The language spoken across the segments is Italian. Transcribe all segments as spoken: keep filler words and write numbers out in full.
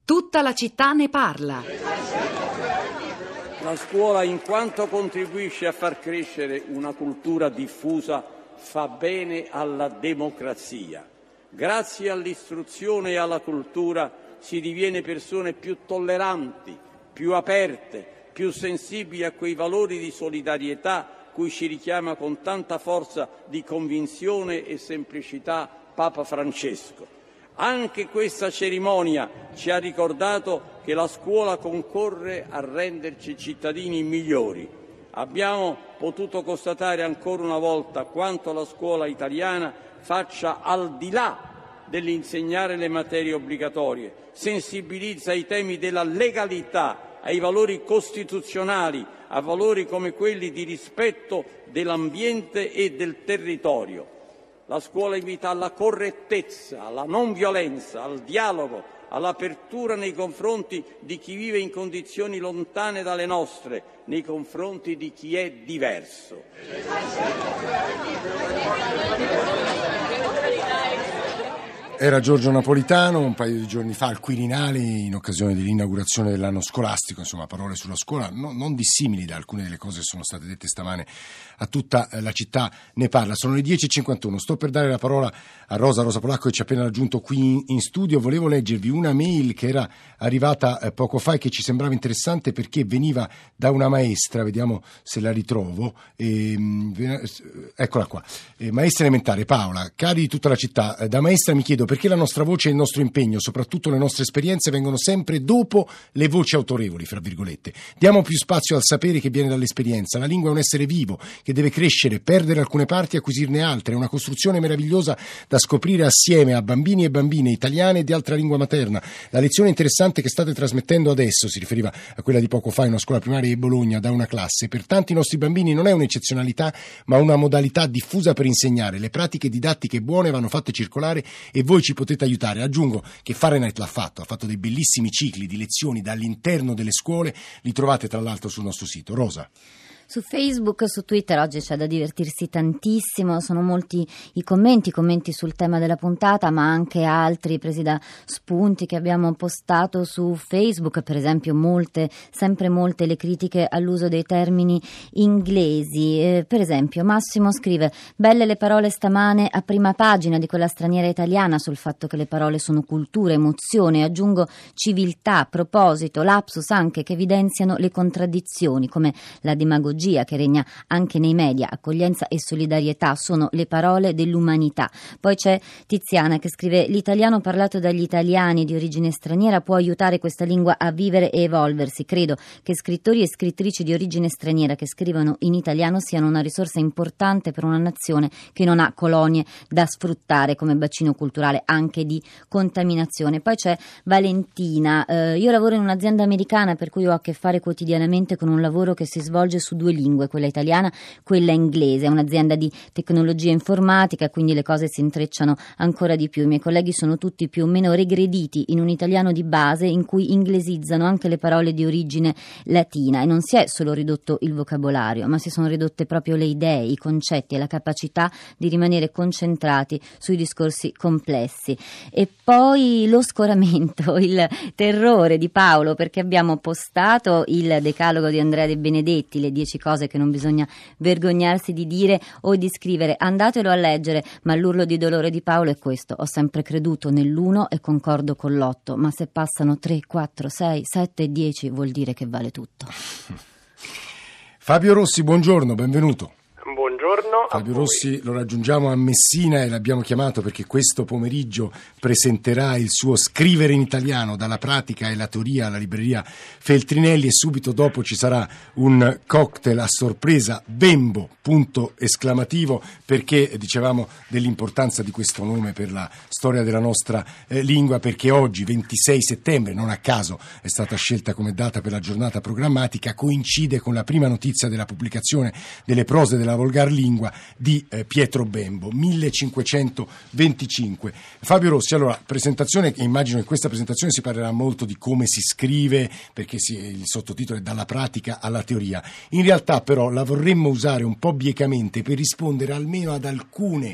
Tutta la città ne parla. La scuola, in quanto contribuisce a far crescere una cultura diffusa, fa bene alla democrazia. Grazie all'istruzione e alla cultura si diviene persone più tolleranti, più aperte, più sensibili a quei valori di solidarietà cui ci richiama con tanta forza di convinzione e semplicità Papa Francesco. Anche questa cerimonia ci ha ricordato che la scuola concorre a renderci cittadini migliori. Abbiamo potuto constatare ancora una volta quanto la scuola italiana faccia al di là dell'insegnare le materie obbligatorie, sensibilizza ai temi della legalità, ai valori costituzionali, a valori come quelli di rispetto dell'ambiente e del territorio. La scuola invita alla correttezza, alla non violenza, al dialogo, all'apertura nei confronti di chi vive in condizioni lontane dalle nostre, nei confronti di chi è diverso. Era Giorgio Napolitano un paio di giorni fa al Quirinale in occasione dell'inaugurazione dell'anno scolastico, insomma parole sulla scuola no, non dissimili da alcune delle cose che sono state dette stamane a tutta la città ne parla. Sono le dieci e cinquantuno, sto per dare la parola a Rosa, Rosa Polacco che ci ha appena raggiunto qui in, in studio. Volevo leggervi una mail che era arrivata eh, poco fa e che ci sembrava interessante perché veniva da una maestra, vediamo se la ritrovo, e, eccola qua, e, maestra elementare Paola, cari di tutta la città, eh, da maestra mi chiedo perché la nostra voce e il nostro impegno, soprattutto le nostre esperienze, vengono sempre dopo le voci autorevoli, fra virgolette. Diamo più spazio al sapere che viene dall'esperienza. La lingua è un essere vivo che deve crescere, perdere alcune parti e acquisirne altre. È una costruzione meravigliosa da scoprire assieme a bambini e bambine italiane e di altra lingua materna. La lezione interessante che state trasmettendo adesso, si riferiva a quella di poco fa in una scuola primaria di Bologna, da una classe, per tanti nostri bambini non è un'eccezionalità, ma una modalità diffusa per insegnare. Le pratiche didattiche buone vanno fatte circolare e voi ci potete aiutare. Aggiungo che Fahrenheit l'ha fatto, ha fatto dei bellissimi cicli di lezioni dall'interno delle scuole, li trovate tra l'altro sul nostro sito. Rosa. Su Facebook, su Twitter oggi c'è da divertirsi tantissimo, sono molti i commenti, commenti sul tema della puntata, ma anche altri presi da spunti che abbiamo postato su Facebook, per esempio molte, sempre molte le critiche all'uso dei termini inglesi. Eh, per esempio Massimo scrive: belle le parole stamane a prima pagina di quella straniera italiana sul fatto che le parole sono cultura, emozione, aggiungo civiltà, proposito, lapsus anche che evidenziano le contraddizioni come la demagogia che regna anche nei media. Accoglienza e solidarietà sono le parole dell'umanità. Poi c'è Tiziana che scrive: l'italiano parlato dagli italiani di origine straniera può aiutare questa lingua a vivere e evolversi. Credo che scrittori e scrittrici di origine straniera che scrivono in italiano siano una risorsa importante per una nazione che non ha colonie da sfruttare come bacino culturale anche di contaminazione. Poi c'è Valentina: eh, io lavoro in un'azienda americana per cui ho a che fare quotidianamente con un lavoro che si svolge su due lingue, quella italiana, quella inglese. È un'azienda di tecnologia informatica, quindi le cose si intrecciano ancora di più. I miei colleghi sono tutti più o meno regrediti in un italiano di base in cui inglesizzano anche le parole di origine latina, e non si è solo ridotto il vocabolario, ma si sono ridotte proprio le idee, i concetti e la capacità di rimanere concentrati sui discorsi complessi. E poi lo scoramento, il terrore di Paolo, perché abbiamo postato il decalogo di Andrea De Benedetti, le dieci cose che non bisogna vergognarsi di dire o di scrivere. Andatelo a leggere, ma l'urlo di dolore di Paolo è questo: ho sempre creduto nell'uno e concordo con l'otto, ma se passano tre, quattro, sei, sette e dieci vuol dire che vale tutto. Fabio Rossi, buongiorno, benvenuto. Buongiorno. Fabio Rossi lo raggiungiamo a Messina e l'abbiamo chiamato perché questo pomeriggio presenterà il suo Scrivere in italiano, dalla pratica e la teoria alla libreria Feltrinelli, e subito dopo ci sarà un cocktail a sorpresa, Bembo, punto esclamativo, perché dicevamo dell'importanza di questo nome per la storia della nostra eh, lingua, perché oggi ventisei settembre, non a caso è stata scelta come data per la giornata programmatica, coincide con la prima notizia della pubblicazione delle prose della volgar lingua di eh, Pietro Bembo, millecinquecentoventicinque. Fabio Rossi, allora, presentazione, immagino che in questa presentazione si parlerà molto di come si scrive, perché si, il sottotitolo è Dalla pratica alla teoria. In realtà però la vorremmo usare un po' biecamente per rispondere almeno ad alcune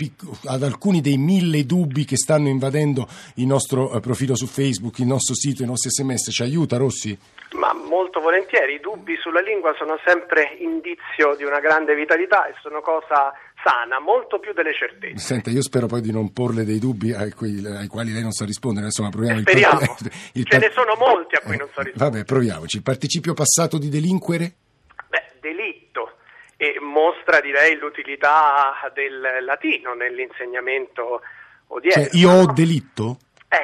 ad alcuni dei mille dubbi che stanno invadendo il nostro profilo su Facebook, il nostro sito, i nostri sms. Ci aiuta, Rossi? Ma molto volentieri. I dubbi sulla lingua sono sempre indizio di una grande vitalità e sono cosa sana, molto più delle certezze. Senta, io spero poi di non porle dei dubbi ai, cui, ai quali lei non sa rispondere. Insomma, proviamo. Speriamo. Il, il, Ce il, ne sono molti a cui eh, non so rispondere. Vabbè, proviamoci. Il participio passato di delinquere? Beh, delitto. E mostra, direi, l'utilità del latino nell'insegnamento odierno. Cioè, io ho delitto?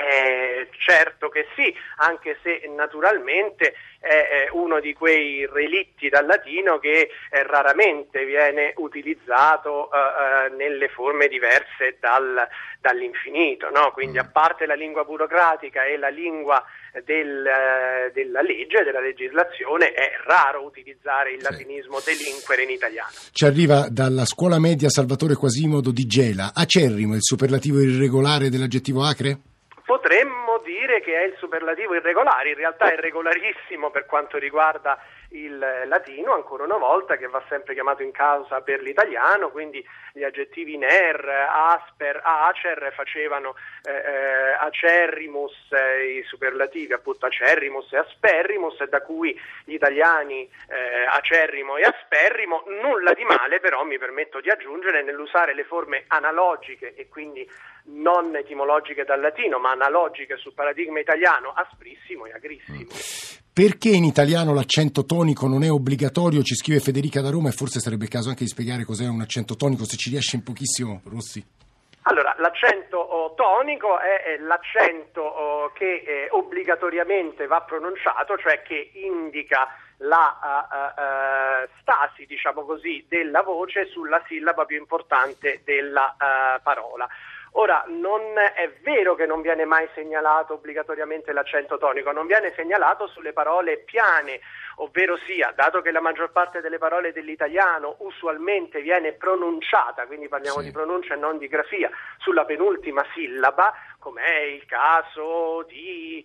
Eh, certo che sì, anche se naturalmente è uno di quei relitti dal latino che eh, raramente viene utilizzato eh, nelle forme diverse dal, dall'infinito, no? Quindi a parte la lingua burocratica e la lingua del, eh, della legge, della legislazione, è raro utilizzare il latinismo delinquere in italiano. Ci arriva dalla scuola media Salvatore Quasimodo di Gela. Acerrimo, il superlativo irregolare dell'aggettivo acre? Potremmo dire che è il superlativo irregolare, in realtà è regolarissimo per quanto riguarda il latino, ancora una volta, che va sempre chiamato in causa per l'italiano, quindi gli aggettivi ner, asper, acer facevano eh, acerrimus, eh, i superlativi appunto acerrimus e asperrimus, da cui gli italiani eh, acerrimo e asperrimo. Nulla di male però, mi permetto di aggiungere, nell'usare le forme analogiche e quindi non etimologiche dal latino, ma analogiche sul paradigma italiano, asprissimo e agrissimo. Perché in italiano l'accento tonico non è obbligatorio? Ci scrive Federica da Roma, e forse sarebbe caso anche di spiegare cos'è un accento tonico, se ci riesce in pochissimo, Rossi. Allora, l'accento oh, tonico è, è l'accento oh, che eh, obbligatoriamente va pronunciato, cioè che indica la uh, uh, stasi, diciamo così, della voce sulla sillaba più importante della uh, parola. Ora, non è vero che non viene mai segnalato obbligatoriamente l'accento tonico, non viene segnalato sulle parole piane, ovvero sia, dato che la maggior parte delle parole dell'italiano usualmente viene pronunciata, quindi parliamo sì. di pronuncia e non di grafia, sulla penultima sillaba, come è il caso di,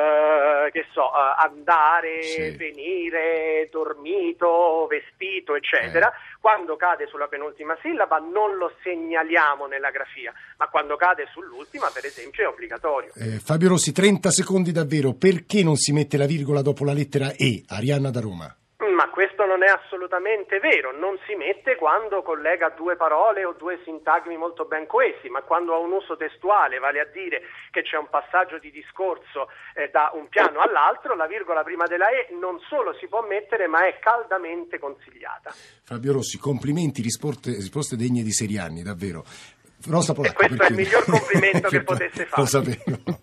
eh, che so, andare, sì. venire, dormito, vestito, eccetera. Eh. Quando cade sulla penultima sillaba non lo segnaliamo nella grafia, ma quando cade sull'ultima, per esempio, è obbligatorio. Eh, Fabio Rossi, trenta secondi davvero. Perché non si mette la virgola dopo la lettera E? Arianna da Roma. Ma questo non è assolutamente vero, non si mette quando collega due parole o due sintagmi molto ben coesi, ma quando ha un uso testuale, vale a dire che c'è un passaggio di discorso eh, da un piano all'altro, la virgola prima della E non solo si può mettere, ma è caldamente consigliata. Fabio Rossi, complimenti, risposte, risposte degne di Seriani, davvero. Rosa Polacco, e questo è il miglior complimento che potesse fare. Lo sapevo.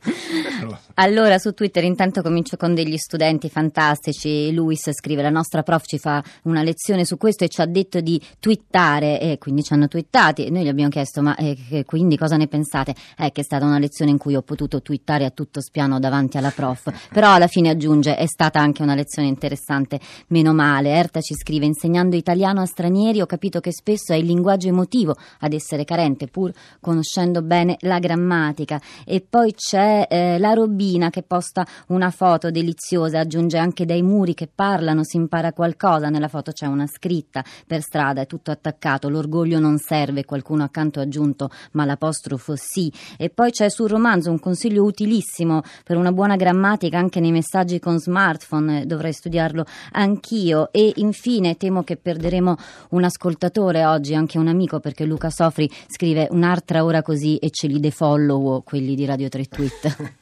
Allora, su Twitter intanto comincio con degli studenti fantastici. Luis scrive: la nostra prof ci fa una lezione su questo e ci ha detto di twittare, e quindi ci hanno twittati. Noi gli abbiamo chiesto: ma eh, quindi cosa ne pensate? È che è stata una lezione in cui ho potuto twittare a tutto spiano davanti alla prof, però alla fine aggiunge: è stata anche una lezione interessante, meno male. Erta ci scrive: insegnando italiano a stranieri ho capito che spesso è il linguaggio emotivo ad essere carente, pur conoscendo bene la grammatica. E poi c'è eh, la Robina che posta una foto deliziosa, aggiunge: anche dai muri che parlano si impara qualcosa. Nella foto c'è una scritta: per strada è tutto attaccato, l'orgoglio non serve, qualcuno accanto ha aggiunto ma l'apostrofo sì. E poi c'è sul romanzo un consiglio utilissimo per una buona grammatica anche nei messaggi con smartphone, dovrei studiarlo anch'io. E infine temo che perderemo un ascoltatore oggi, anche un amico, perché Luca Sofri scrive: un'altra ora così e ce li defollow quelli di Radio tre Tweet.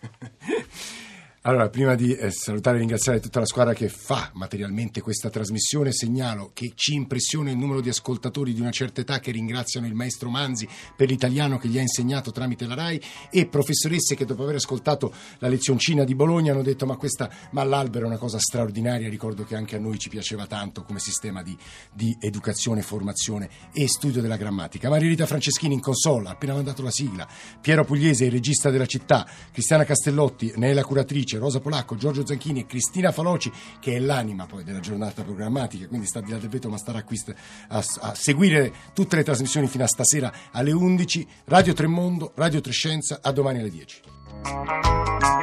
Allora, prima di eh, salutare e ringraziare tutta la squadra che fa materialmente questa trasmissione, segnalo che ci impressiona il numero di ascoltatori di una certa età che ringraziano il maestro Manzi per l'italiano che gli ha insegnato tramite la RAI, e professoresse che dopo aver ascoltato la lezioncina di Bologna hanno detto: ma questa, ma l'albero è una cosa straordinaria. Ricordo che anche a noi ci piaceva tanto come sistema di, di educazione, formazione e studio della grammatica. Maria Rita Franceschini in console, ha appena mandato la sigla. Piero Pugliese, il regista della città. Cristiana Castellotti, ne è la curatrice. Felice, Rosa Polacco, Giorgio Zanchini e Cristina Faloci, che è l'anima poi della giornata programmatica, quindi sta di là del vetro ma starà qui a, a seguire tutte le trasmissioni fino a stasera alle undici. Radio Tremondo, Radio Trescenza, a domani alle dieci.